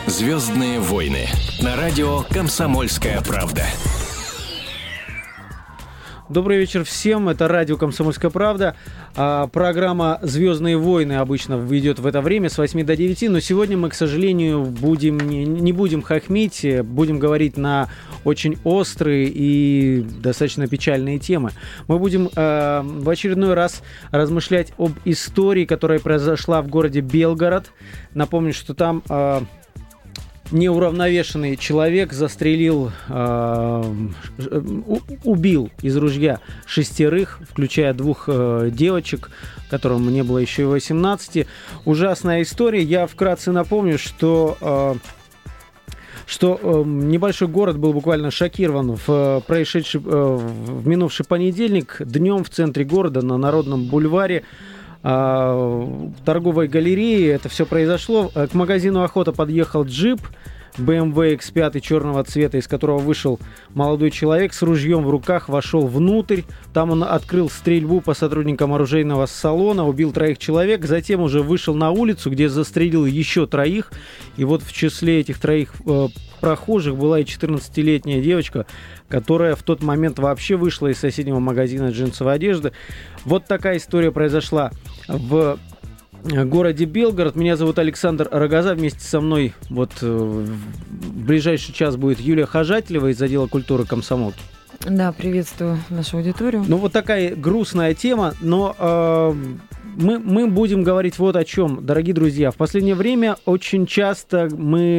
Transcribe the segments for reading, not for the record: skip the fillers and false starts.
«Звездные войны» на радио «Комсомольская правда». Добрый вечер всем. Это радио «Комсомольская правда». Программа «Звездные войны» обычно идет в это время с 8 до 9. Но сегодня мы, к сожалению, не будем хохмить. Будем говорить на очень острые и достаточно печальные темы. Мы будем в очередной раз размышлять об истории, которая произошла в городе Белгород. Напомню, что там... неуравновешенный человек застрелил, убил из ружья 6, включая 2 девочек, которым не было еще и 18. Ужасная история. Я вкратце напомню, что небольшой город был буквально шокирован в минувший понедельник. Днем в центре города на Народном бульваре в торговой галерее это все произошло. К магазину «Охота» подъехал джип BMW X5 черного цвета, из которого вышел молодой человек с ружьем в руках, вошел внутрь. Там он открыл стрельбу по сотрудникам оружейного салона, убил 3 человек, затем уже вышел на улицу, где застрелил еще 3. И вот в числе этих 3 прохожих была и 14-летняя девочка, которая в тот момент вообще вышла из соседнего магазина джинсовой одежды. Вот такая история произошла в городе Белгород. Меня зовут Александр Рогоза. Вместе со мной в ближайший час будет Юлия Хожателева из отдела культуры комсомолки. Да, приветствую нашу аудиторию. Ну, вот такая грустная тема, но мы будем говорить вот о чем, дорогие друзья. В последнее время очень часто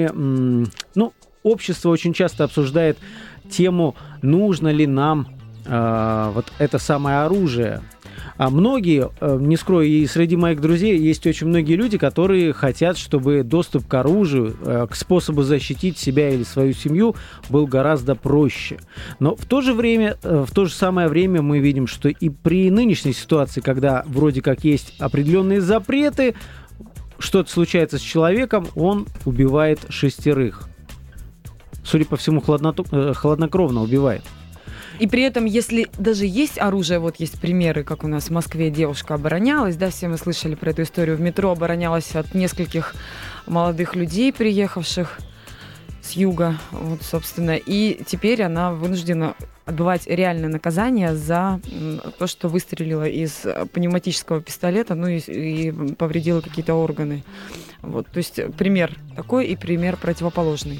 общество очень часто обсуждает тему, нужно ли нам вот это самое оружие. А многие, не скрою, и среди моих друзей есть очень многие люди, которые хотят, чтобы доступ к оружию, к способу защитить себя или свою семью был гораздо проще. Но в то же самое время мы видим, что и при нынешней ситуации, когда вроде как есть определенные запреты, что-то случается с человеком, он убивает 6. Судя по всему, хладнокровно убивает. И при этом, если даже есть оружие, вот есть примеры, как у нас в Москве девушка оборонялась, да, все мы слышали про эту историю, в метро оборонялась от нескольких молодых людей, приехавших с юга, вот, собственно, и теперь она вынуждена отбывать реальное наказание за то, что выстрелила из пневматического пистолета, и повредила какие-то органы. Вот, то есть пример такой и пример противоположный.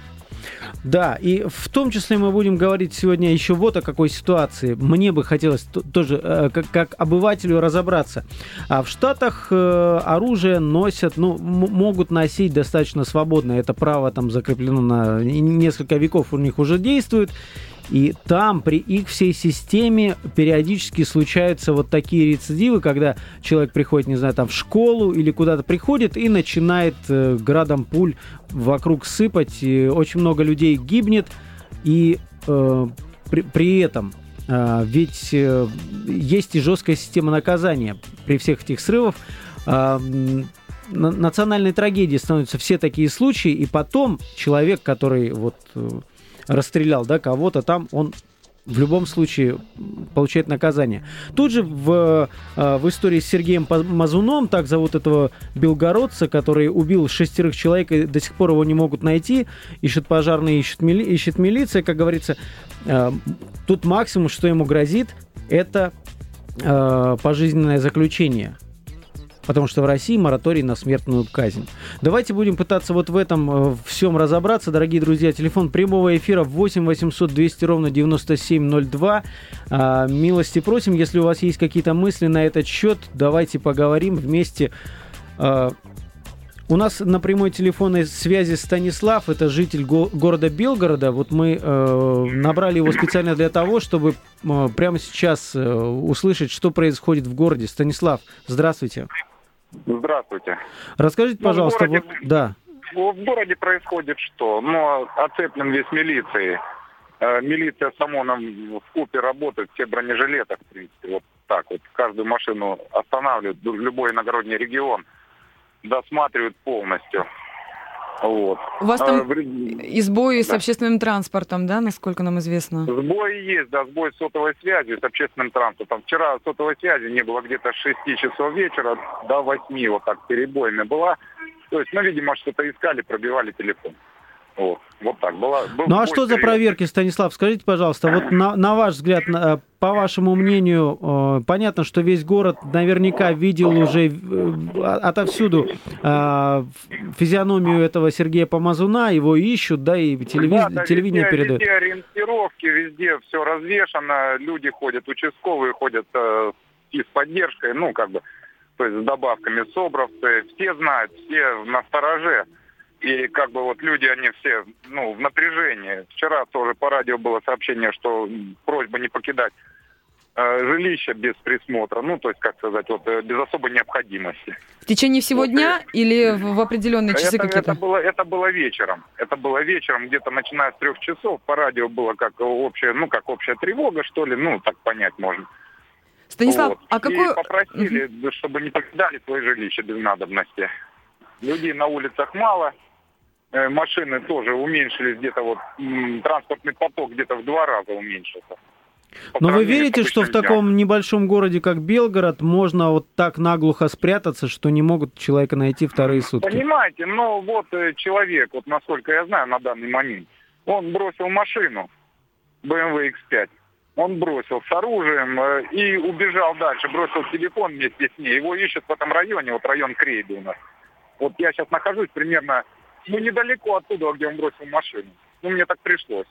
Да, и в том числе мы будем говорить сегодня еще вот о какой ситуации. Мне бы хотелось тоже, как обывателю, разобраться. В Штатах оружие носят, могут носить достаточно свободно. Это право там закреплено на несколько веков, у них уже действует. И там при их всей системе периодически случаются вот такие рецидивы, когда человек приходит, не знаю, там в школу или куда-то приходит и начинает градом пуль вокруг сыпать. И очень много людей гибнет. И при этом ведь есть и жесткая система наказания при всех этих срывах. Национальной трагедией становятся все такие случаи. И потом человек, который расстрелял, да, кого-то там, он в любом случае получает наказание. Тут же в истории с Сергеем Мазуном, так зовут этого белгородца, который убил 6 человек, и до сих пор его не могут найти, ищут пожарные, ищет милиция, как говорится. Тут максимум, что ему грозит, это пожизненное заключение. Потому что в России мораторий на смертную казнь. Давайте будем пытаться вот в этом всем разобраться, дорогие друзья. Телефон прямого эфира 8 800 200 ровно 9702. Милости просим, если у вас есть какие-то мысли на этот счет, давайте поговорим вместе. У нас на прямой телефонной связи Станислав, это житель города Белгорода. Вот мы набрали его специально для того, чтобы прямо сейчас услышать, что происходит в городе. Станислав, здравствуйте. Здравствуйте. Расскажите, пожалуйста, в городе происходит что? Оцеплен весь милицией. Милиция с ОМОНом в купе работает, все в бронежилетах, в принципе, вот так вот. Каждую машину останавливают, любой иногородний регион досматривают полностью. Вот. У вас там и сбои с общественным транспортом, да, насколько нам известно? Сбои есть, да, сбой сотовой связи с общественным транспортом. Вчера сотовой связи не было где-то с 6 часов вечера до 8, вот так перебойная была. То есть, видимо, что-то искали, пробивали телефон. Вот так. Ну а что за проверки, Станислав? Скажите, пожалуйста, вот на ваш взгляд, по вашему мнению, понятно, что весь город наверняка видел уже отовсюду физиономию этого Сергея Помазуна, его ищут, да, и телевидение передает. Везде ориентировки, везде все развешано, люди ходят, участковые ходят и с поддержкой, то есть с добавками собровцы, все знают, все настороже. И люди, они все, в напряжении. Вчера тоже по радио было сообщение, что просьба не покидать жилище без присмотра, без особой необходимости. В течение всего дня или в определенные часы какие-то? Это было вечером. Это было вечером, где-то начиная с 3 часов. По радио было как общая тревога, что ли, так понять можно. Станислав, И попросили, чтобы не покидали свои жилища без надобности. Людей на улицах мало. Машины тоже уменьшились где-то транспортный поток где-то в 2 раза уменьшился. Но вы верите, что в таком небольшом городе, как Белгород, можно вот так наглухо спрятаться, что не могут человека найти вторые сутки? Понимаете, человек, насколько я знаю на данный момент, он бросил машину BMW X5, он бросил с оружием и убежал дальше, бросил телефон вместе с ней. Его ищут в этом районе, район Крейды у нас. Я сейчас нахожусь примерно, недалеко оттуда, где он бросил машину. Мне так пришлось.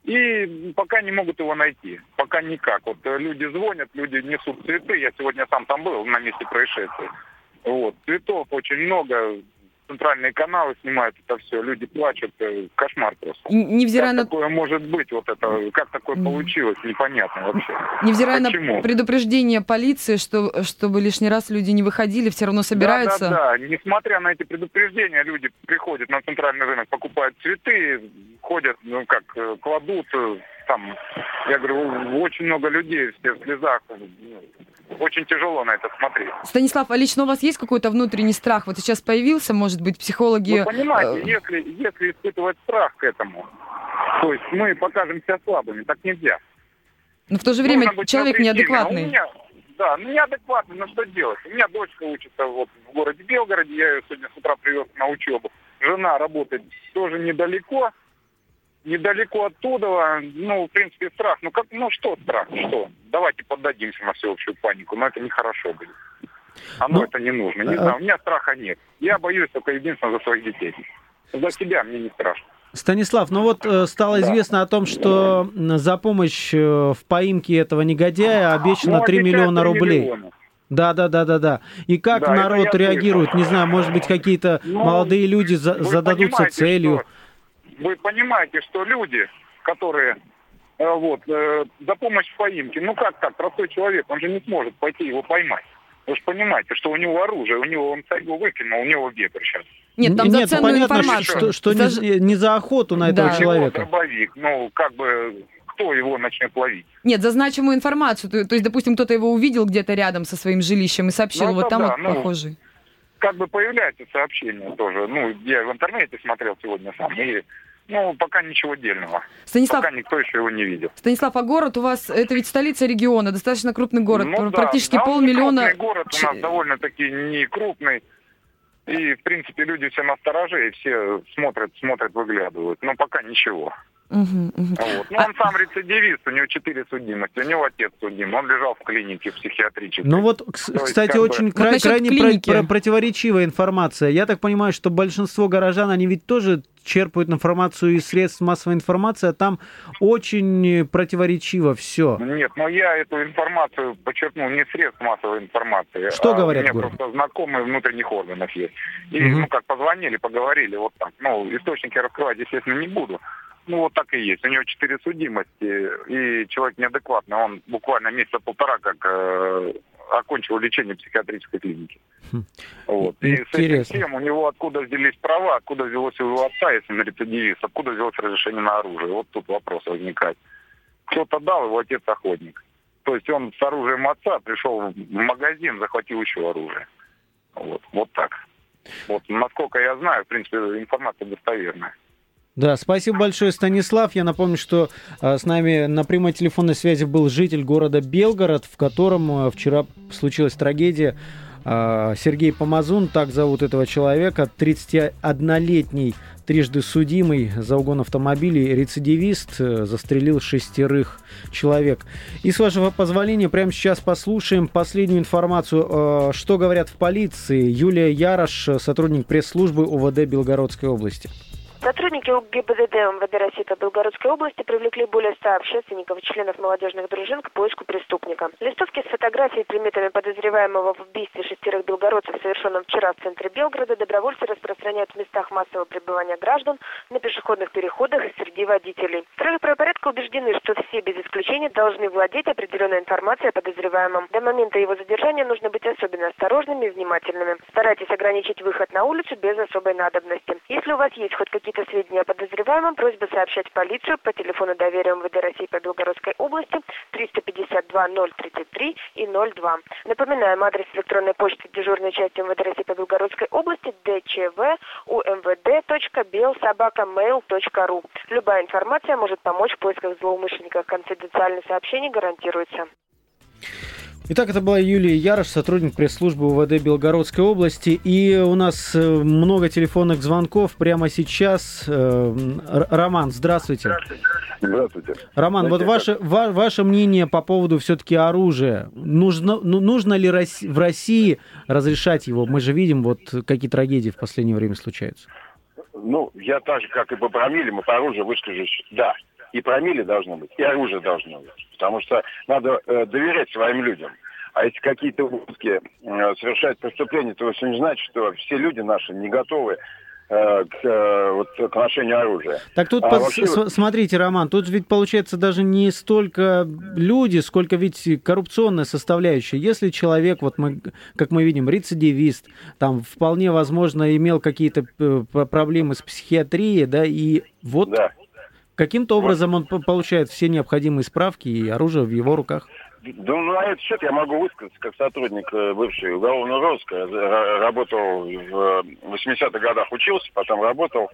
И пока не могут его найти. Пока никак. Люди звонят, люди несут цветы. Я сегодня сам там был, на месте происшествия. Цветов очень много. Центральные каналы снимают это все. Люди плачут. Кошмар просто. Невзирая на... такое может быть? Как такое получилось? Непонятно вообще. Невзирая на предупреждение полиции, чтобы лишний раз люди не выходили, все равно собираются? Да. Несмотря на эти предупреждения, люди приходят на центральный рынок, покупают цветы, ходят, кладут там. Я говорю, очень много людей, все в слезах. Очень тяжело на это смотреть. Станислав, а лично у вас есть какой-то внутренний страх? Вот сейчас появился, может быть, психологи... Вы понимаете, если испытывать страх к этому, то есть мы покажем себя слабыми, так нельзя. Но в то же время человек неадекватный. Неадекватный, но что делать? У меня дочка учится в городе Белгороде, я ее сегодня с утра привез на учебу. Жена работает тоже недалеко оттуда, в принципе, страх. Что страх? Что? Давайте поддадимся на всеобщую панику, но это нехорошо будет. Это не нужно. Не знаю, у меня страха нет. Я боюсь только единственно за своих детей. За себя мне не страшно. Станислав, стало известно о том, что за помощь в поимке этого негодяя обещано 3 миллиона рублей. Да. И как народ реагирует? Не знаю, может быть, какие-то молодые люди зададутся целью. Вы понимаете, что люди, которые за помощь в поимке, как так, простой человек, он же не сможет пойти его поймать. Вы же понимаете, что у него оружие, он его выкинул, у него вепрь сейчас. Нет, там за ценную понятно, информацию. Что не за охоту на этого человека. Дробовик, кто его начнет ловить? Нет, за значимую информацию. То есть, допустим, кто-то его увидел где-то рядом со своим жилищем и сообщил, похожий. Появляются сообщения тоже. Я в интернете смотрел сегодня сам, и пока ничего дельного. Станислав, пока никто еще его не видел. Станислав, а город у вас, это ведь столица региона, достаточно крупный город, практически 500 000... Крупный город у нас довольно-таки не крупный. И, в принципе, люди все настороже, и все смотрят, выглядывают. Но пока ничего. Он сам рецидивист, у него 4 судимости, у него отец судим, он лежал в клинике психиатрической. Кстати, очень крайне противоречивая информация. Я так понимаю, что большинство горожан, они ведь тоже черпают информацию из средств массовой информации, а там очень противоречиво все. Нет, я эту информацию подчеркнул не из средств массовой информации. Что говорят в городе? У меня просто знакомые внутренних органов есть. И, позвонили, поговорили, источники раскрывать, естественно, не буду. Так и есть. У него 4 судимости, и человек неадекватный. Он буквально месяца 1,5 как окончил лечение в психиатрической клинике. И с этим всем у него откуда взялись права, откуда взялось у его отца, если он рецидивист, откуда взялось разрешение на оружие. Тут вопрос возникает. Кто-то дал, его отец охотник. То есть он с оружием отца пришел в магазин, захватил еще оружие. Вот так. Насколько я знаю, в принципе, информация достоверная. Да, спасибо большое, Станислав. Я напомню, что с нами на прямой телефонной связи был житель города Белгород, в котором вчера случилась трагедия. Сергей Помазун, так зовут этого человека, 31-летний, трижды судимый за угон автомобилей, рецидивист, застрелил 6 человек. И, с вашего позволения, прямо сейчас послушаем последнюю информацию, что говорят в полиции. Юлия Ярош, сотрудник пресс-службы УВД Белгородской области. Сотрудники ГИБДД МВД России по Белгородской области привлекли более 100 общественников и членов молодежных дружин к поиску преступника. Листовки с фотографией и приметами подозреваемого в убийстве 6 белгородцев, совершенном вчера в центре Белгорода, добровольцы распространяют в местах массового пребывания граждан, на пешеходных переходах и среди водителей. Стражи правопорядка убеждены, что все без исключения должны владеть определенной информацией о подозреваемом. До момента его задержания нужно быть особенно осторожными и внимательными. Старайтесь ограничить выход на улицу без особой надобности. Если у вас есть хоть какие-то сведения о подозреваемом, просьба сообщать в полицию по телефону доверия МВД России по Белгородской области 352 033 и 02. Напоминаем, адрес электронной почты дежурной части МВД России по Белгородской области dchv.umvd.bel@mail.ru. Любая информация может помочь в поисках злоумышленников. Конфиденциальность сообщений гарантируется. Итак, это была Юлия Ярош, сотрудник пресс-службы УВД Белгородской области. И у нас много телефонных звонков прямо сейчас. Роман, здравствуйте. Здравствуйте. Роман, вот ваше мнение по поводу все-таки оружия. Нужно ли в России разрешать его? Мы же видим, вот какие трагедии в последнее время случаются. Ну, я так же, как и по промилле, по оружию выскажусь, да. И промилле должно быть, и оружие должно быть. Потому что надо доверять своим людям. А если какие-то узкие совершают преступления, то это не значит, что все люди наши не готовы к ношению оружия. Так тут, смотрите, Роман, тут ведь получается даже не столько люди, сколько ведь коррупционная составляющая. Если человек, вот как мы видим, рецидивист, там вполне возможно имел какие-то проблемы с психиатрией, да, и вот... Да. Каким-то образом он получает все необходимые справки и оружие в его руках? Да, на этот счет я могу высказаться как сотрудник бывшей уголовного розыска. Работал в 80-х годах, учился, потом работал.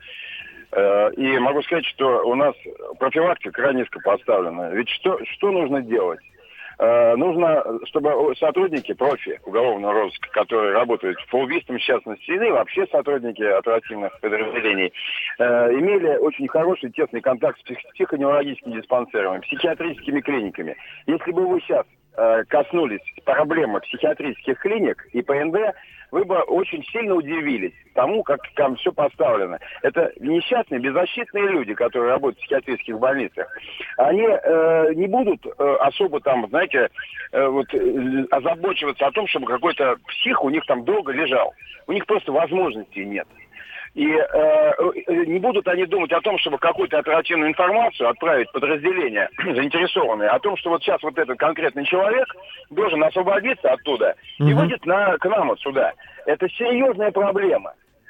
И могу сказать, что у нас профилактика крайне низко поставлена. Ведь что нужно делать? Нужно, чтобы сотрудники профи уголовного розыска, которые работают по убийствам, в частности, и вообще сотрудники оперативных подразделений, имели очень хороший тесный контакт с психоневрологическими диспансерами, психиатрическими клиниками. Если бы вы сейчас коснулись проблемы психиатрических клиник и ПНД, вы бы очень сильно удивились тому, как там все поставлено. Это несчастные, беззащитные люди, которые работают в психиатрических больницах. Они не будут особо там, знаете, озабочиваться о том, чтобы какой-то псих у них там долго лежал. У них просто возможностей нет. И не будут они думать о том, чтобы какую-то оперативную информацию отправить в подразделения заинтересованные, о том, что вот сейчас вот этот конкретный человек должен освободиться оттуда и выйдет к нам отсюда. Это серьезная проблема.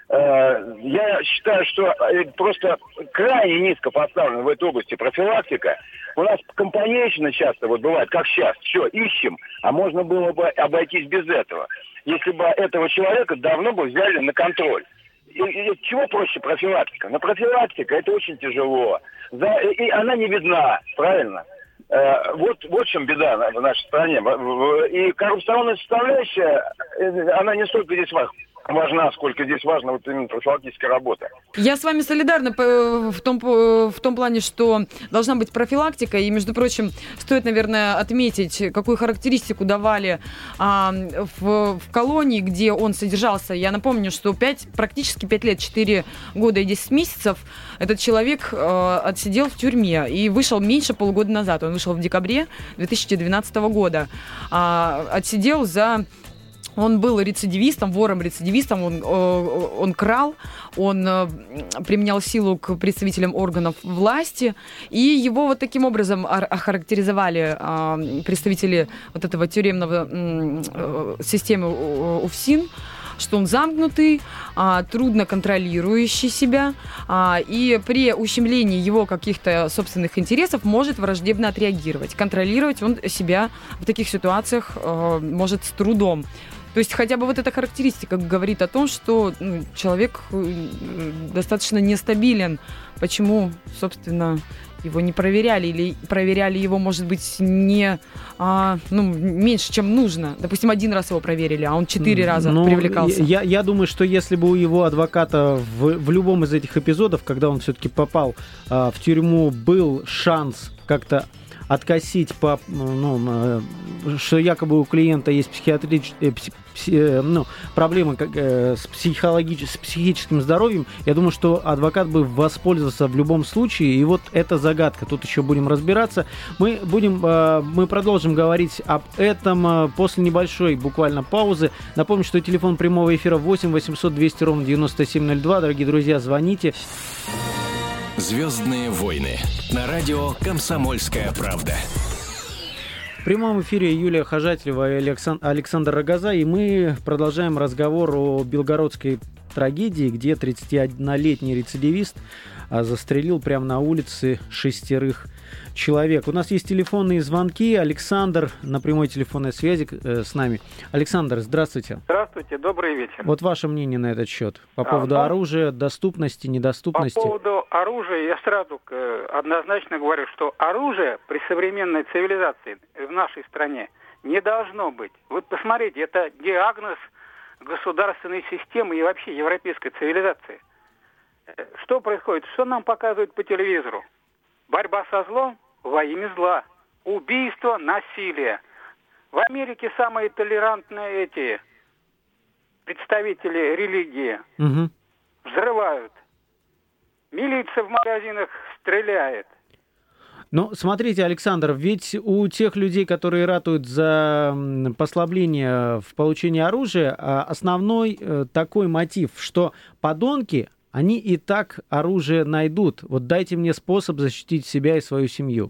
Я считаю, что просто крайне низко поставлена в этой области профилактика. У нас компанейщина часто вот бывает, как сейчас, все, ищем, а можно было бы обойтись без этого. Если бы этого человека давно бы взяли на контроль. И чего проще профилактика? Но профилактика это очень тяжело. И она не видна, правильно? Вот в чем беда в нашей стране. И коррупционная составляющая, она не столько здесь важна, сколько здесь важна вот именно профилактическая работа. Я с вами солидарна в том плане, что должна быть профилактика. И, между прочим, стоит, наверное, отметить, какую характеристику давали в колонии, где он содержался. Я напомню, что практически 5 лет, 4 года и 10 месяцев этот человек отсидел в тюрьме и вышел меньше полугода назад. Он вышел в декабре 2012 года. Отсидел Он был рецидивистом, вором-рецидивистом, он крал, он применял силу к представителям органов власти, и его вот таким образом охарактеризовали представители вот этого тюремного системы УФСИН, что он замкнутый, трудно контролирующий себя, и при ущемлении его каких-то собственных интересов может враждебно отреагировать. Контролировать он себя в таких ситуациях может с трудом. То есть хотя бы вот эта характеристика говорит о том, что человек достаточно нестабилен. Почему, собственно, его не проверяли? Или проверяли его, может быть, не меньше, чем нужно? Допустим, 1 раз его проверили, а он 4 раза привлекался. Я думаю, что если бы у его адвоката в любом из этих эпизодов, когда он все-таки попал в тюрьму, был шанс как-то откосить, что якобы у клиента есть проблемы с психическим здоровьем, я думаю, что адвокат бы воспользовался в любом случае. И вот эта загадка. Тут еще будем разбираться. Мы продолжим говорить об этом после небольшой буквально паузы. Напомню, что телефон прямого эфира 8 800 200 ровно 9702. Дорогие друзья, звоните. «Звездные войны» на радио «Комсомольская правда». В прямом эфире Юлия Хожателева и Александр Рогоза, и мы продолжаем разговор о белгородской трагедии, где 31-летний рецидивист застрелил прямо на улице 6 человек. У нас есть телефонные звонки. Александр на прямой телефонной связи с нами. Александр, здравствуйте. Здравствуйте, добрый вечер. Вот ваше мнение на этот счет по поводу оружия, доступности, недоступности. По поводу оружия я сразу однозначно говорю, что оружие при современной цивилизации в нашей стране не должно быть. Вы посмотрите, это диагноз государственной системы и вообще европейской цивилизации. Что происходит? Что нам показывают по телевизору? Борьба со злом во имя зла. Убийство, насилие. В Америке самые толерантные представители религии взрывают. Милиция в магазинах стреляет. Ну, смотрите, Александр, ведь у тех людей, которые ратуют за послабление в получении оружия, основной такой мотив, что подонки, они и так оружие найдут. Вот дайте мне способ защитить себя и свою семью.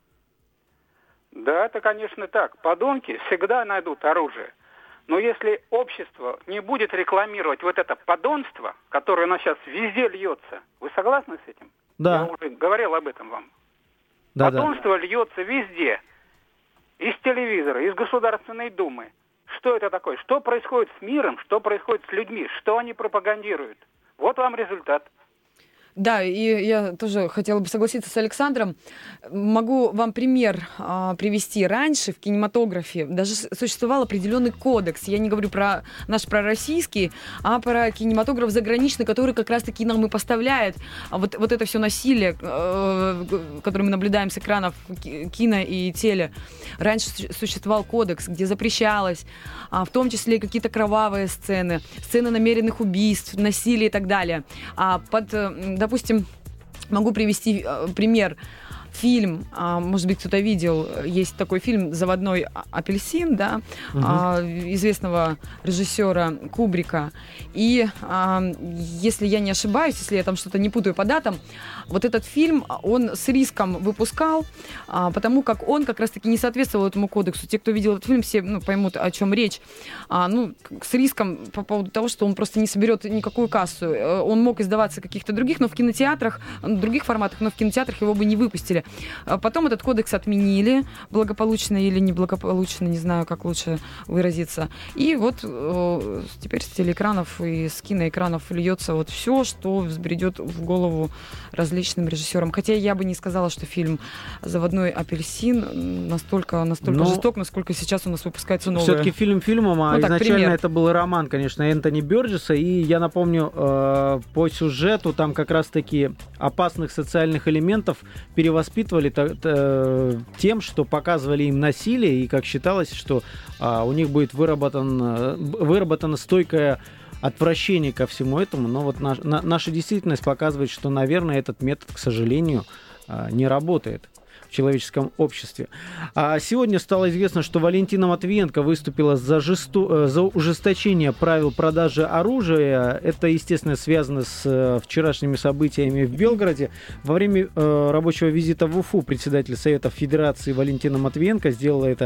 Да, это, конечно, так. Подонки всегда найдут оружие. Но если общество не будет рекламировать вот это подонство, которое у нас сейчас везде льется, вы согласны с этим? Да. Я уже говорил об этом вам. Да, подонство льется везде. Из телевизора, из Государственной Думы. Что это такое? Что происходит с миром? Что происходит с людьми? Что они пропагандируют? Вот вам результат. Да, и я тоже хотела бы согласиться с Александром. Могу вам пример привести. Раньше в кинематографе даже существовал определенный кодекс. Я не говорю про наш российский, а про кинематограф заграничный, который как раз-таки нам и поставляет вот это все насилие, которое мы наблюдаем с экранов кино и теле. Раньше существовал кодекс, где запрещалось, в том числе какие-то кровавые сцены намеренных убийств, насилия и так далее. Допустим, могу привести пример. Фильм, может быть, кто-то видел, есть такой фильм «Заводной апельсин», да, известного режиссера Кубрика. И если я не ошибаюсь, если я там что-то не путаю по датам, вот этот фильм он с риском выпускал, потому как он как раз-таки не соответствовал этому кодексу. Те, кто видел этот фильм, все поймут, о чем речь. С риском по поводу того, что он просто не соберет никакую кассу. Он мог издаваться в каких-то других, но в кинотеатрах, других форматах, но в кинотеатрах его бы не выпустили. Потом этот кодекс отменили, благополучно или неблагополучно, не знаю, как лучше выразиться. И вот теперь с телеэкранов и с киноэкранов льется вот все, что взбредет в голову различным режиссерам. Хотя я бы не сказала, что фильм «Заводной апельсин» настолько жесток, насколько сейчас у нас выпускается новое. Все-таки фильм фильмом, а изначально пример. Это был роман, конечно, Энтони Бёрджеса. И я напомню, по сюжету там как раз-таки опасных социальных элементов перевоспитывали тем, что показывали им насилие, и как считалось, что у них будет выработано стойкое отвращение ко всему этому. Но вот наша действительность показывает, что, наверное, этот метод, к сожалению, не работает в человеческом обществе. Сегодня стало известно, что Валентина Матвиенко выступила за ужесточение правил продажи оружия. Это, естественно, связано с вчерашними событиями в Белгороде. Во время рабочего визита в Уфу председатель Совета Федерации Валентина Матвиенко сделала это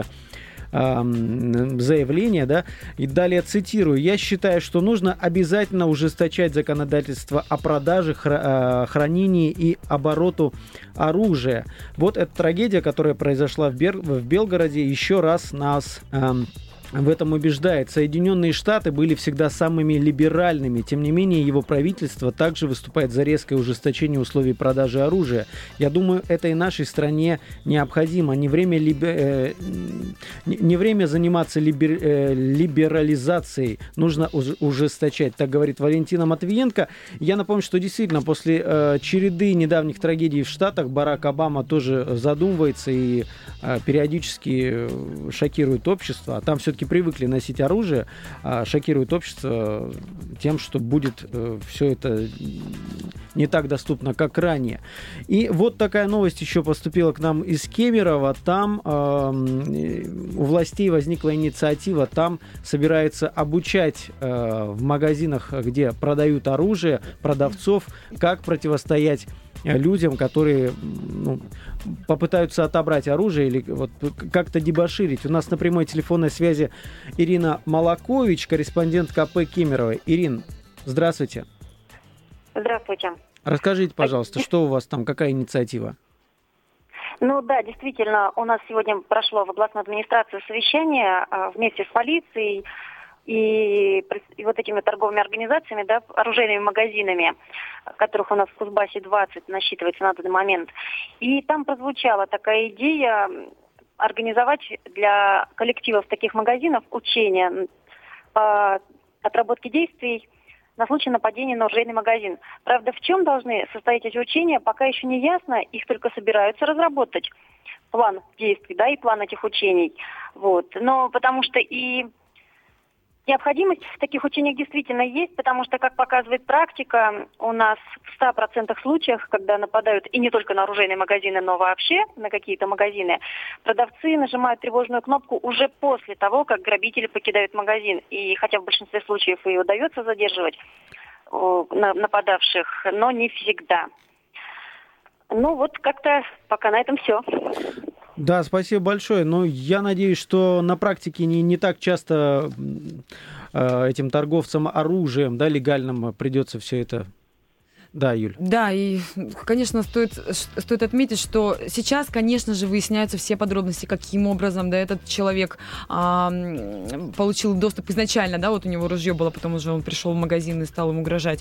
заявление, да, и далее цитирую: «Я считаю, что нужно обязательно ужесточать законодательство о продаже, хранении и обороту оружия». Вот эта трагедия, которая произошла в Белгороде, еще раз нас в этом убеждает. Соединенные Штаты были всегда самыми либеральными. Тем не менее, его правительство также выступает за резкое ужесточение условий продажи оружия. Я думаю, это и нашей стране необходимо. Не время заниматься либерализацией. Нужно ужесточать, так говорит Валентина Матвиенко. Я напомню, что действительно после череды недавних трагедий в Штатах Барак Обама тоже задумывается и периодически шокирует общество. А там все-таки привыкли носить оружие, шокирует общество тем, что будет все это не так доступно, как ранее. И вот такая новость еще поступила к нам из Кемерово. Там у властей возникла инициатива, там собираются обучать в магазинах, где продают оружие, продавцов, как противостоять людям, которые попытаются отобрать оружие или вот как-то дебоширить. У нас на прямой телефонной связи Ирина Молокович, корреспондент КП Кемерово. Ирин, здравствуйте. Здравствуйте. Расскажите, пожалуйста, что у вас там, какая инициатива? Ну да, действительно, у нас сегодня прошло в областной администрации совещание вместе с полицией и вот этими торговыми организациями, да, оружейными магазинами, которых у нас в Кузбассе 20 насчитывается на данный момент. И там прозвучала такая идея организовать для коллективов таких магазинов учения по отработке действий на случай нападения на оружейный магазин. Правда, в чем должны состоять эти учения, пока еще не ясно. Их только собираются разработать. План действий, да, и план этих учений. Вот. Но потому что и необходимость в таких учениях действительно есть, потому что, как показывает практика, у нас в 100% случаях, когда нападают и не только на оружейные магазины, но вообще на какие-то магазины, продавцы нажимают тревожную кнопку уже после того, как грабители покидают магазин. И хотя в большинстве случаев и удается задерживать нападавших, но не всегда. Ну вот как-то пока на этом все. Да, спасибо большое. Но я надеюсь, что на практике не так часто этим торговцам оружием, да, легальным придется все это. Да, Юль. Да, и, конечно, стоит отметить, что сейчас, конечно же, выясняются все подробности, каким образом, да, этот человек получил доступ изначально, да, вот у него ружье было, потом уже он пришел в магазин и стал ему угрожать.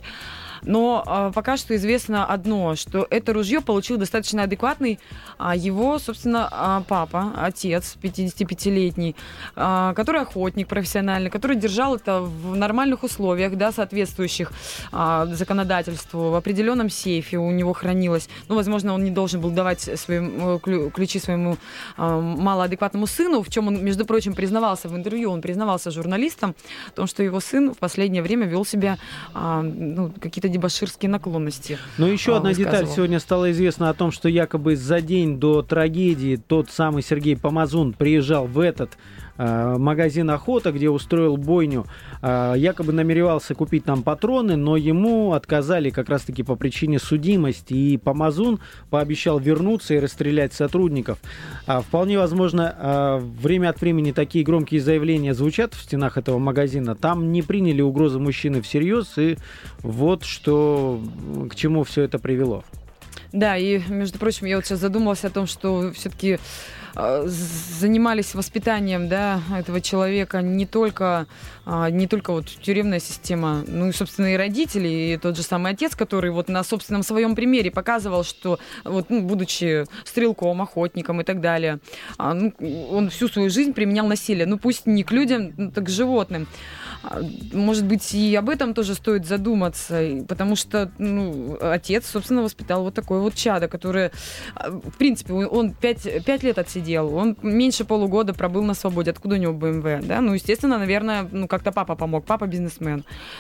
Но пока что известно одно, что это ружье получил достаточно адекватный его, собственно, папа, отец, 55-летний, который охотник профессиональный, который держал это в нормальных условиях, да, соответствующих законодательству, в определенном сейфе у него хранилось. Ну, возможно, он не должен был давать ключи своему малоадекватному сыну, в чем он, между прочим, признавался в интервью, он признавался журналистам в том, что его сын в последнее время вел себя, какие-то дебоширские наклонности. Но еще одна деталь. Сегодня стало известно о том, что якобы за день до трагедии тот самый Сергей Помазун приезжал в этот магазин «Охота», где устроил бойню, якобы намеревался купить там патроны, но ему отказали как раз-таки по причине судимости, и Помазун пообещал вернуться и расстрелять сотрудников. Вполне возможно, время от времени такие громкие заявления звучат в стенах этого магазина. Там не приняли угрозы мужчины всерьез, и вот что к чему все это привело. Да, и, между прочим, я вот сейчас задумалась о том, что все-таки занимались воспитанием, да, этого человека не только вот тюремная система, ну и, собственно, и родители, и тот же самый отец, который вот на собственном своем примере показывал, что вот, будучи стрелком, охотником и так далее, он всю свою жизнь применял насилие, пусть не к людям, так к животным. Может быть, и об этом тоже стоит задуматься, потому что отец, собственно, воспитал вот такое вот чадо, которое, в принципе, он 5 лет отсидел, он меньше полугода пробыл на свободе. Откуда у него БМВ? Да? Естественно, наверное, как-то папа помог, папа бизнесмен.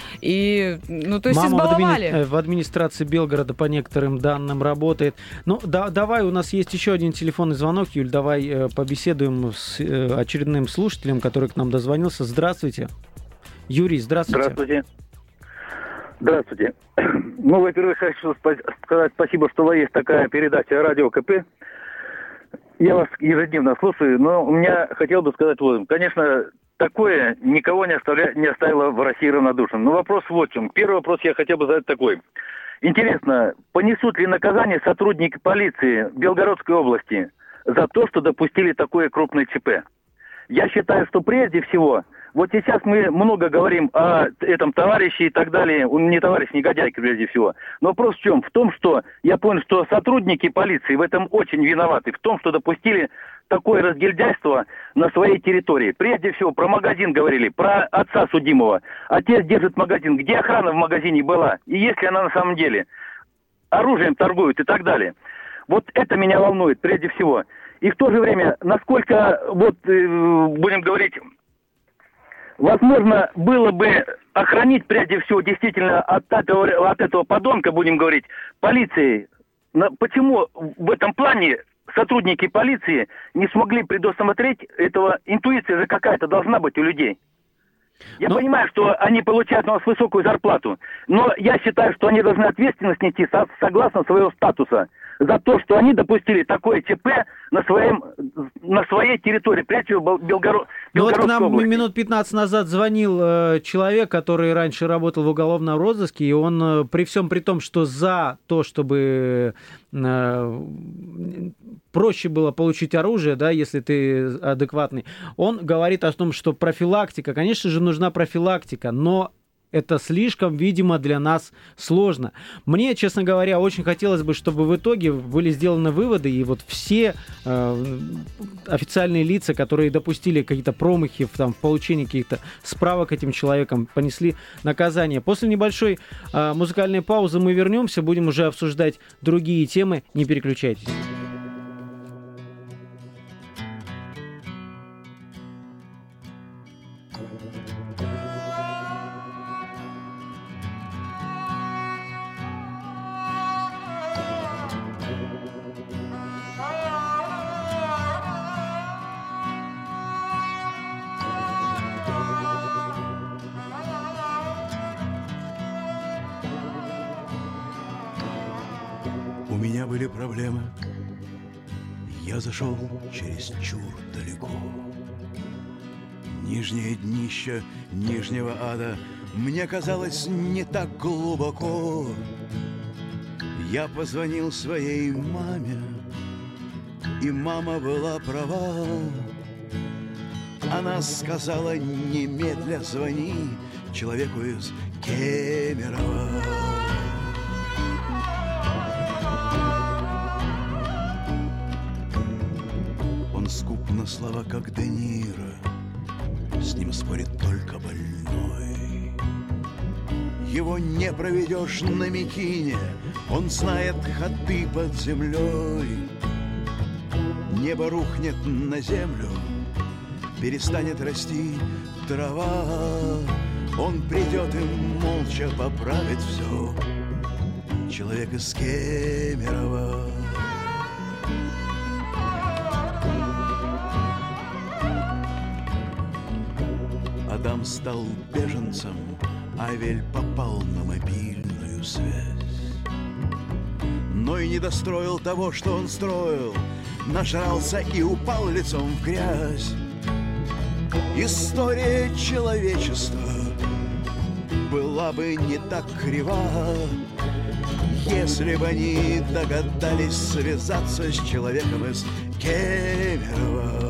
И, то есть избаловали. В администрации Белгорода по некоторым данным работает. Давай, у нас есть еще один телефонный звонок, Юль, давай побеседуем с очередным слушателем, который к нам дозвонился. Здравствуйте. Юрий, здравствуйте. Здравствуйте. Во-первых, хочу сказать спасибо, что у вас есть такая передача «Радио КП». Я вас ежедневно слушаю, но у меня хотел бы сказать конечно, такое никого не оставило в России равнодушным. Но вопрос вот в чем. Первый вопрос я хотел бы задать такой. Интересно, понесут ли наказание сотрудники полиции Белгородской области за то, что допустили такое крупное ЧП? Я считаю, что прежде всего, вот сейчас мы много говорим о этом товарище и так далее, он не товарищ, негодяйка прежде всего. Но вопрос в чем? В том, что я понял, что сотрудники полиции в этом очень виноваты, в том, что допустили такое разгильдяйство на своей территории. Прежде всего, про магазин говорили, про отца судимого. Отец держит магазин. Где охрана в магазине была? И есть ли она на самом деле? Оружием торгуют и так далее. Вот это меня волнует прежде всего. И в то же время, насколько, вот, будем говорить, возможно, было бы охранить прежде всего действительно от этого подонка, будем говорить, полиции. Почему в этом плане сотрудники полиции не смогли предусмотреть этого? Интуиция же какая-то должна быть у людей. Я понимаю, что они получают у нас высокую зарплату, но я считаю, что они должны ответственность нести согласно своего статуса за то, что они допустили такое ЧП на своей территории, прежде всего Ну вот к нам минут 15 назад звонил человек, который раньше работал в уголовном розыске, и он при всем при том, что за то, чтобы проще было получить оружие, да, если ты адекватный, он говорит о том, что профилактика, конечно же, нужна профилактика, но это слишком, видимо, для нас сложно. Мне, честно говоря, очень хотелось бы, чтобы в итоге были сделаны выводы, и вот все официальные лица, которые допустили какие-то промахи в получении каких-то справок этим человеком, понесли наказание. После небольшой музыкальной паузы мы вернемся, будем уже обсуждать другие темы. Не переключайтесь. У меня были проблемы, я зашел чересчур далеко. Нижнее днище нижнего ада мне казалось не так глубоко. Я позвонил своей маме, и мама была права. Она сказала: немедля звони человеку из Кемерово. Скуп на слова, как Де Ниро, с ним спорит только больной. Его не проведешь на мякине, он знает ходы под землей. Небо рухнет на землю, перестанет расти трава. Он придет и молча поправит все. Человек из Кемерово. Адам стал беженцем, Авель попал на мобильную связь. Но и не достроил того, что он строил, нажрался и упал лицом в грязь. История человечества была бы не так крива, если бы они догадались связаться с человеком из Кемерово.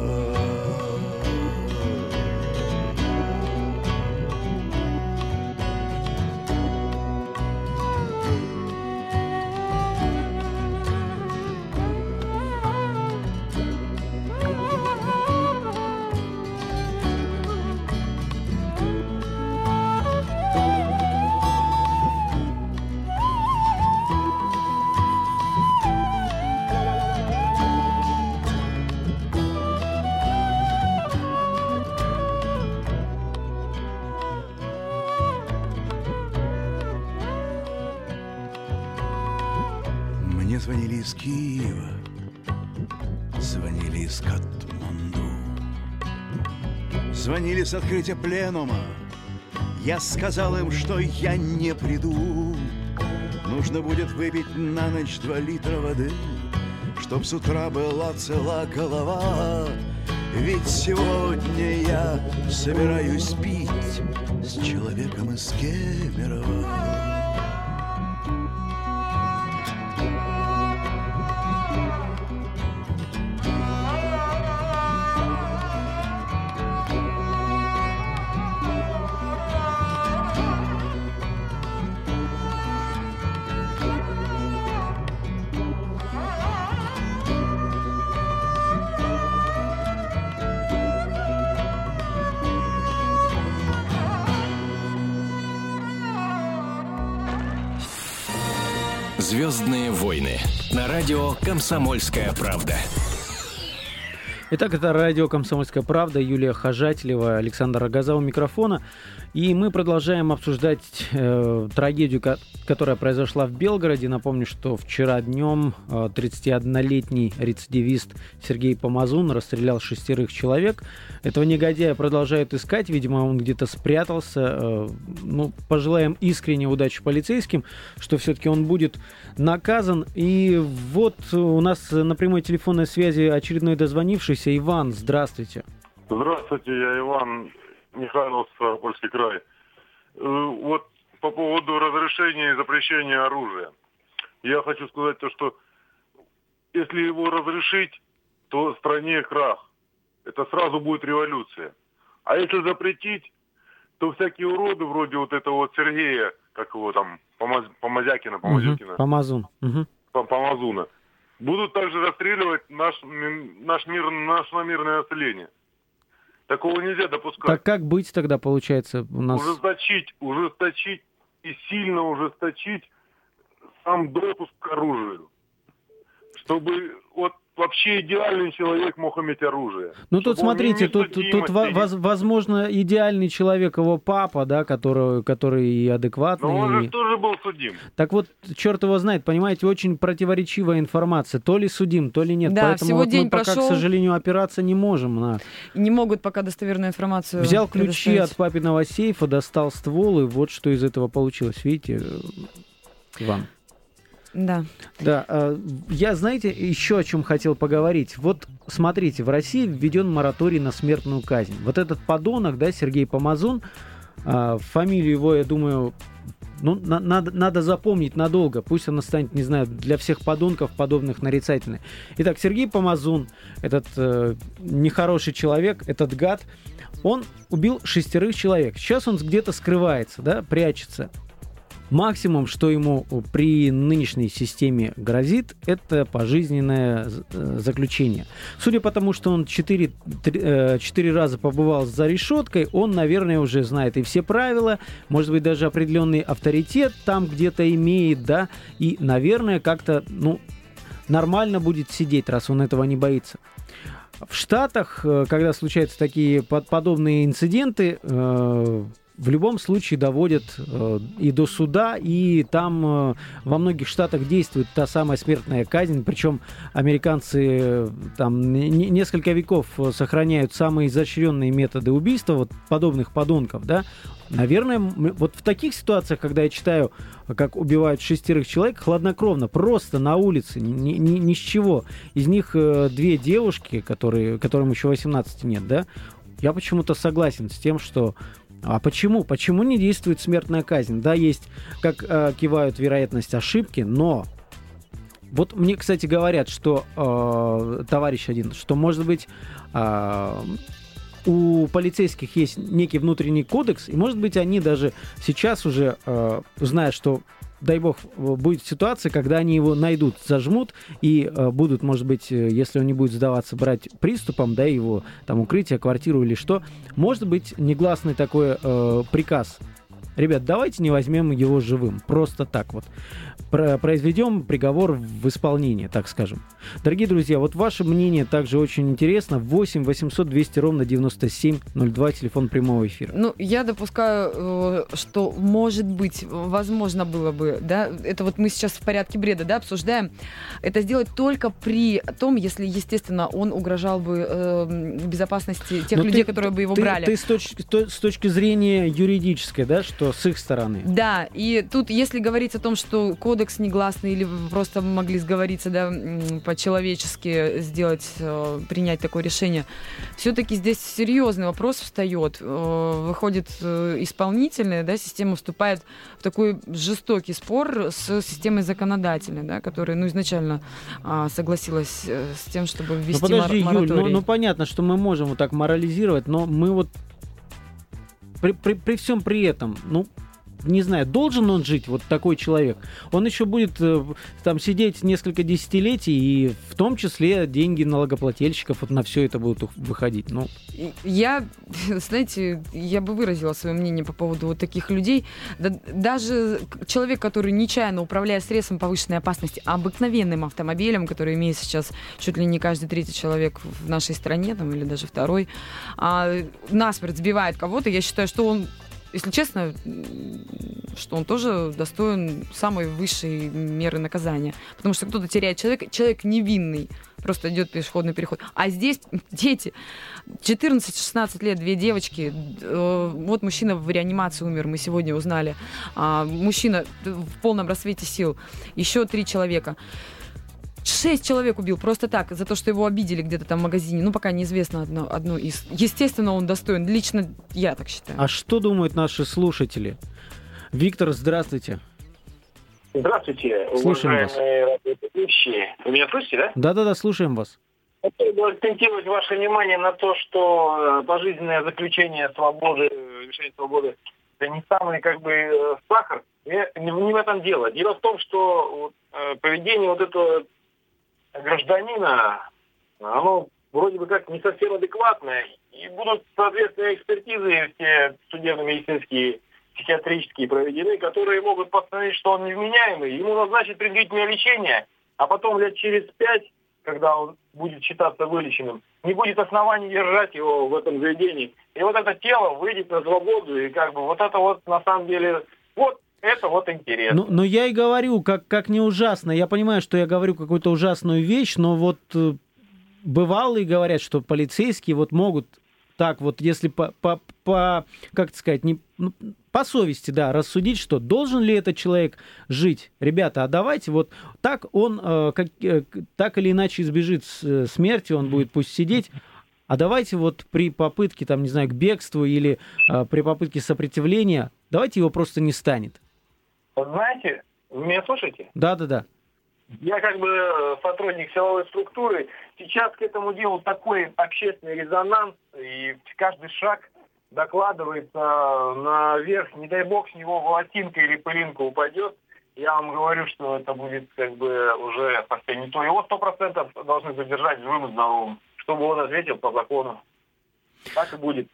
Мне звонили из Киева, звонили из Катманду, звонили с открытия пленума. Я сказал им, что я не приду. Нужно будет выпить на ночь 2 литра воды, чтоб с утра была цела голова. Ведь сегодня я собираюсь пить с человеком из Кемерово. «Звездные войны» на радио «Комсомольская правда». Итак, это радио «Комсомольская правда», Юлия Хожателева, Александр Рогоза у микрофона. И мы продолжаем обсуждать трагедию, которая произошла в Белгороде. Напомню, что вчера днем 31-летний рецидивист Сергей Помазун расстрелял 6 человек. Этого негодяя продолжают искать. Видимо, он где-то спрятался. Пожелаем искренне удачи полицейским, что все-таки он будет наказан. И вот у нас на прямой телефонной связи очередной дозвонившийся Иван. Здравствуйте. Здравствуйте, я Иван, Михайлов, Ставропольский край. Вот по поводу разрешения и запрещения оружия. Я хочу сказать то, что если его разрешить, то в стране крах. Это сразу будет революция. А если запретить, то всякие уроды вроде вот этого вот Сергея, как его там, Помазякина. Помазуна, будут также расстреливать наше мирное население. Такого нельзя допускать. Так как быть тогда, получается, у нас? Ужесточить и сильно ужесточить сам допуск к оружию. Чтобы вот вообще идеальный человек мог иметь оружие. Ну тут смотрите, тут возможно, идеальный человек его папа, да, который и адекватный. Но он же тоже был судим. Так вот, черт его знает, понимаете, очень противоречивая информация. То ли судим, то ли нет. Да, поэтому всего вот день мы пока, прошел. к сожалению, опираться не можем. Не могут пока достоверную информацию Взял ключи от папиного сейфа, достал ствол, и вот что из этого получилось. Видите, Иван? Да. Да, я, знаете, еще о чем хотел поговорить. Вот смотрите, в России введен мораторий на смертную казнь. Вот этот подонок, да, Сергей Помазун, фамилию его, я думаю, надо запомнить надолго. Пусть она станет, не знаю, для всех подонков подобных нарицательной. Итак, Сергей Помазун, этот нехороший человек, этот гад, он убил 6 человек. Сейчас он где-то скрывается, да, прячется. Максимум, что ему при нынешней системе грозит, это пожизненное заключение. Судя по тому, что он 4 раза побывал за решеткой, он, наверное, уже знает и все правила, может быть, даже определенный авторитет там где-то имеет, да, и, наверное, как-то, нормально будет сидеть, раз он этого не боится. В Штатах, когда случаются такие подобные инциденты, в любом случае доводят и до суда, и там во многих штатах действует та самая смертная казнь, причем американцы там несколько веков сохраняют самые изощренные методы убийства вот подобных подонков, да. Наверное, вот в таких ситуациях, когда я читаю, как убивают 6 человек, хладнокровно, просто на улице, ни с чего. Из них 2 девушки, которым еще 18 нет, да, я почему-то согласен с тем, что а почему? Почему не действует смертная казнь? Да, есть, как кивают, вероятность ошибки, но вот мне, кстати, говорят, что товарищ один, что, может быть, у полицейских есть некий внутренний кодекс, и, может быть, они даже сейчас уже, зная, что, дай бог, будет ситуация, когда они его найдут, зажмут и будут, может быть, если он не будет сдаваться, брать приступом, да, его там укрытие, квартиру или что, может быть, негласный такой приказ. Ребят, давайте не возьмем его живым, просто так вот. Произведем приговор в исполнение, так скажем. Дорогие друзья, вот ваше мнение также очень интересно. 8 800 200 ровно 9702, телефон прямого эфира. Я допускаю, что, может быть, возможно было бы, да, это вот мы сейчас в порядке бреда, да, обсуждаем, это сделать только при том, если, естественно, он угрожал бы безопасности тех людей, которые бы его брали. Ты с точки зрения юридической, да, что с их стороны. Да, и тут, если говорить о том, что кодекс негласный или просто могли сговориться, да, по-человечески сделать, принять такое решение, все-таки здесь серьезный вопрос встает. Выходит исполнительная, да, система вступает в такой жестокий спор с системой законодательной, да, которая, изначально согласилась с тем, чтобы ввести подожди, мораторий. Юль, понятно, что мы можем вот так морализировать, но мы вот при всем при этом, не знаю, должен он жить, вот такой человек. Он еще будет там сидеть несколько десятилетий, и в том числе деньги налогоплательщиков вот на все это будут выходить. Ну. Знаете, я бы выразила свое мнение по поводу вот таких людей. Даже человек, который нечаянно управляет средством повышенной опасности, обыкновенным автомобилем, который имеет сейчас чуть ли не каждый третий человек в нашей стране, там, или даже второй, насмерть сбивает кого-то, я считаю, что он, если честно, что он тоже достоин самой высшей меры наказания. Потому что кто-то теряет человека, человек невинный, просто идет пешеходный переход. А здесь дети, 14-16 лет, 2 девочки, вот мужчина в реанимации умер, мы сегодня узнали. Мужчина в полном рассвете сил, еще 3 человека. 6 человек убил просто так, за то, что его обидели где-то там в магазине. Ну, пока неизвестно одно из. Естественно, он достоин. Лично я так считаю. А что думают наши слушатели? Виктор, здравствуйте. Здравствуйте, слушаем уважаемые ведущие. Вы меня слышите, да? Да-да-да, слушаем вас. Хотел бы акцентировать ваше внимание на то, что пожизненное заключение свободы, лишение свободы, это не самый сахар. Не в этом дело. Дело в том, что поведение вот этого гражданина, оно вроде бы как не совсем адекватное, и будут, соответственно, экспертизы все судебно-медицинские, психиатрические проведены, которые могут постановить, что он невменяемый, ему назначат принудительное лечение, а потом лет через 5, когда он будет считаться вылеченным, не будет оснований держать его в этом заведении. И вот это тело выйдет на свободу, и вот это вот на самом деле, вот это вот интересно. Но я и говорю, как не ужасно. Я понимаю, что я говорю какую-то ужасную вещь, но вот бывалые говорят, что полицейские вот могут так вот, если по совести, да, рассудить, что должен ли этот человек жить. Ребята, а давайте вот так он так или иначе избежит смерти, он будет пусть сидеть. А давайте вот при попытке, там, не знаю, к бегству или при попытке сопротивления, давайте его просто не станет. Знаете, вы меня слушаете? Да. Я сотрудник силовой структуры. Сейчас к этому делу такой общественный резонанс, и каждый шаг докладывается наверх. Не дай бог, с него волосинка или пылинка упадет. Я вам говорю, что это будет уже совсем не то. Его 100% должны задержать живым и здоровым, чтобы он ответил по закону. Так и будет.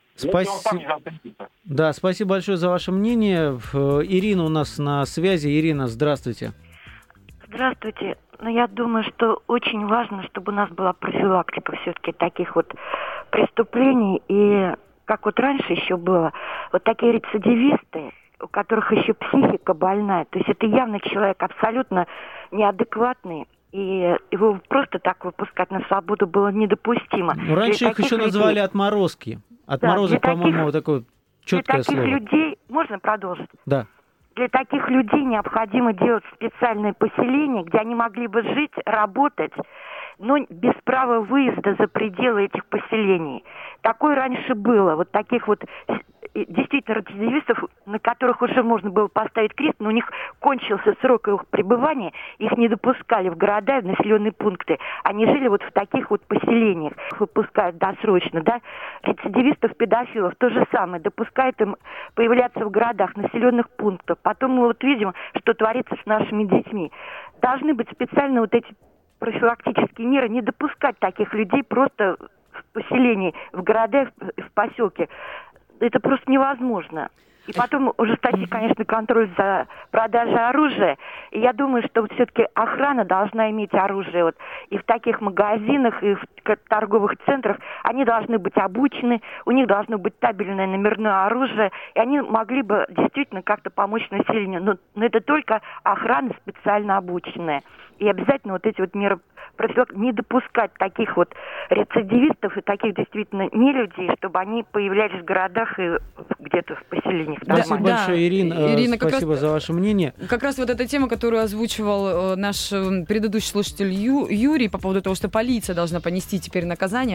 Да, спасибо большое за ваше мнение. Ирина у нас на связи. Ирина, здравствуйте. Здравствуйте. Я думаю, что очень важно, чтобы у нас была профилактика все-таки таких вот преступлений. И как вот раньше еще было, вот такие рецидивисты, у которых еще психика больная, то есть это явно человек абсолютно неадекватный, и его просто так выпускать на свободу было недопустимо. Раньше их еще называли отморозки. Отморозок, по-моему, вот такое четкое слово. Для таких людей... Можно продолжить? Да. Для таких людей необходимо делать специальные поселения, где они могли бы жить, работать, но без права выезда за пределы этих поселений. Такое раньше было. Вот таких вот действительно рецидивистов, на которых уже можно было поставить крест, но у них кончился срок их пребывания, их не допускали в города и в населенные пункты. Они жили вот в таких вот поселениях. Выпускают досрочно, да. Рецидивистов, педофилов то же самое. Допускают им появляться в городах, населенных пунктах. Потом мы вот видим, что творится с нашими детьми. Должны быть специально вот эти профилактические меры, не допускать таких людей просто в поселении, в городах, в поселке. Это просто невозможно. И потом ужесточить, конечно, контроль за продажей оружия. И я думаю, что все-таки охрана должна иметь оружие. Вот и в таких магазинах, и в торговых центрах они должны быть обучены, у них должно быть табельное номерное оружие, и они могли бы действительно как-то помочь населению. Но это только охрана специально обученная. И обязательно вот эти вот меры не допускать таких вот рецидивистов и таких действительно нелюдей, чтобы они появлялись в городах и где-то в поселениях. Спасибо большое, Ирина, спасибо за ваше мнение. Как раз вот эта тема, которую озвучивал наш предыдущий слушатель Юрий по поводу того, что полиция должна понести теперь наказание.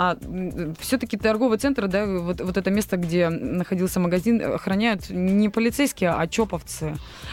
Все-таки торговый центр, да, вот это место, где находился магазин, охраняют не полицейские, а чоповцы.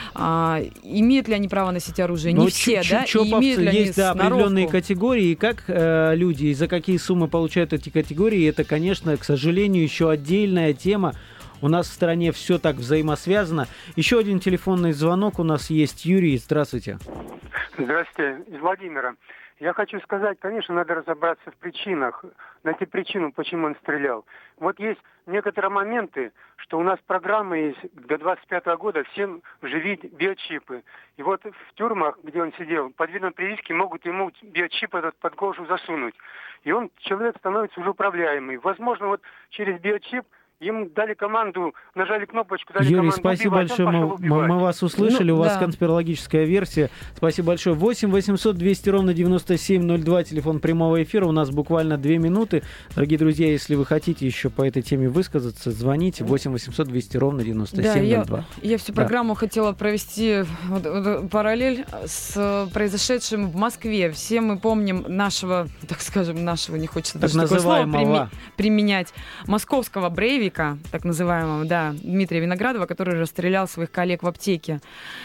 Имеют ли они право носить оружие? Не все, да? Чоповцы есть, да, определенные категории, и как люди, и за какие суммы получают эти категории, это, конечно, к сожалению, еще отдельная тема. у нас в стране все так взаимосвязано. Еще один телефонный звонок у нас есть. Юрий, здравствуйте. Здравствуйте, из Владимира. Я хочу сказать, конечно, надо разобраться в причинах, найти причину, почему он стрелял. Вот есть некоторые моменты, что у нас программа есть до 25 года всем вживить биочипы. И вот в тюрьмах, где он сидел, под видом прививки могут ему биочип этот под кожу засунуть. И он, человек становится уже управляемый. Возможно, вот через биочип им дали команду, нажали кнопочку, дали Юрий, команду спасибо убивать, большое. Мы вас услышали, у вас конспирологическая версия. Спасибо большое. 8 800 200 ровно 9702, телефон прямого эфира. У нас буквально 2 минуты. Дорогие друзья, если вы хотите еще по этой теме высказаться, звоните 8 800 200 ровно 9702. Да, я всю программу хотела провести параллель с произошедшим в Москве. Все мы помним нашего, так скажем, не хочется даже такое слово применять, московского брейвика, так называемого, Дмитрия Виноградова, который расстрелял своих коллег в аптеке.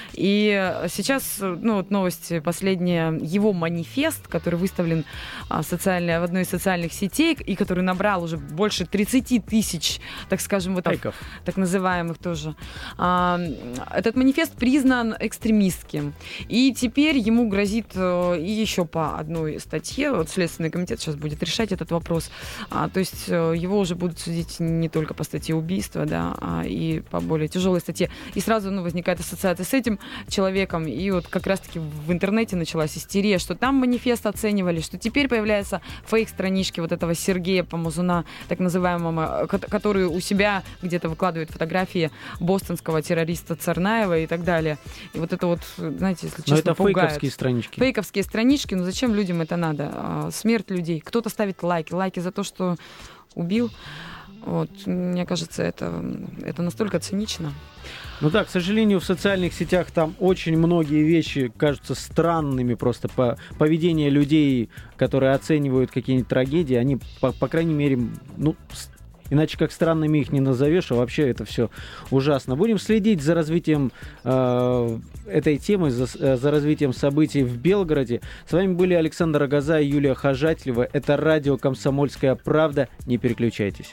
И сейчас, новости последние, его манифест, который выставлен в одной из социальных сетей и который набрал уже больше 30 тысяч, так скажем, так называемых тоже. Этот манифест признан экстремистским. И теперь ему грозит и еще по одной статье, Следственный комитет сейчас будет решать этот вопрос. То есть его уже будут судить не только по статье убийства, и по более тяжелой статье. И сразу возникает ассоциация с этим человеком. И вот как раз-таки в интернете началась истерия, что там манифест оценивали, что теперь появляются фейк-странички вот этого Сергея Помазуна, так называемого, который у себя где-то выкладывает фотографии бостонского террориста Царнаева и так далее. И вот это вот, знаете, если честно, это пугает. Фейковские странички. Фейковские странички, но зачем людям это надо? Смерть людей. Кто-то ставит лайки за то, что убил. Вот, мне кажется, это настолько цинично. К сожалению, в социальных сетях там очень многие вещи кажутся странными, просто поведение людей, которые оценивают какие-нибудь трагедии, они, по крайней мере, иначе как странными их не назовешь, а вообще это все ужасно. Будем следить за развитием этой темы, за развитием событий в Белгороде. С вами были Александр Агаза и Юлия Хожателева. Это радио «Комсомольская правда». Не переключайтесь.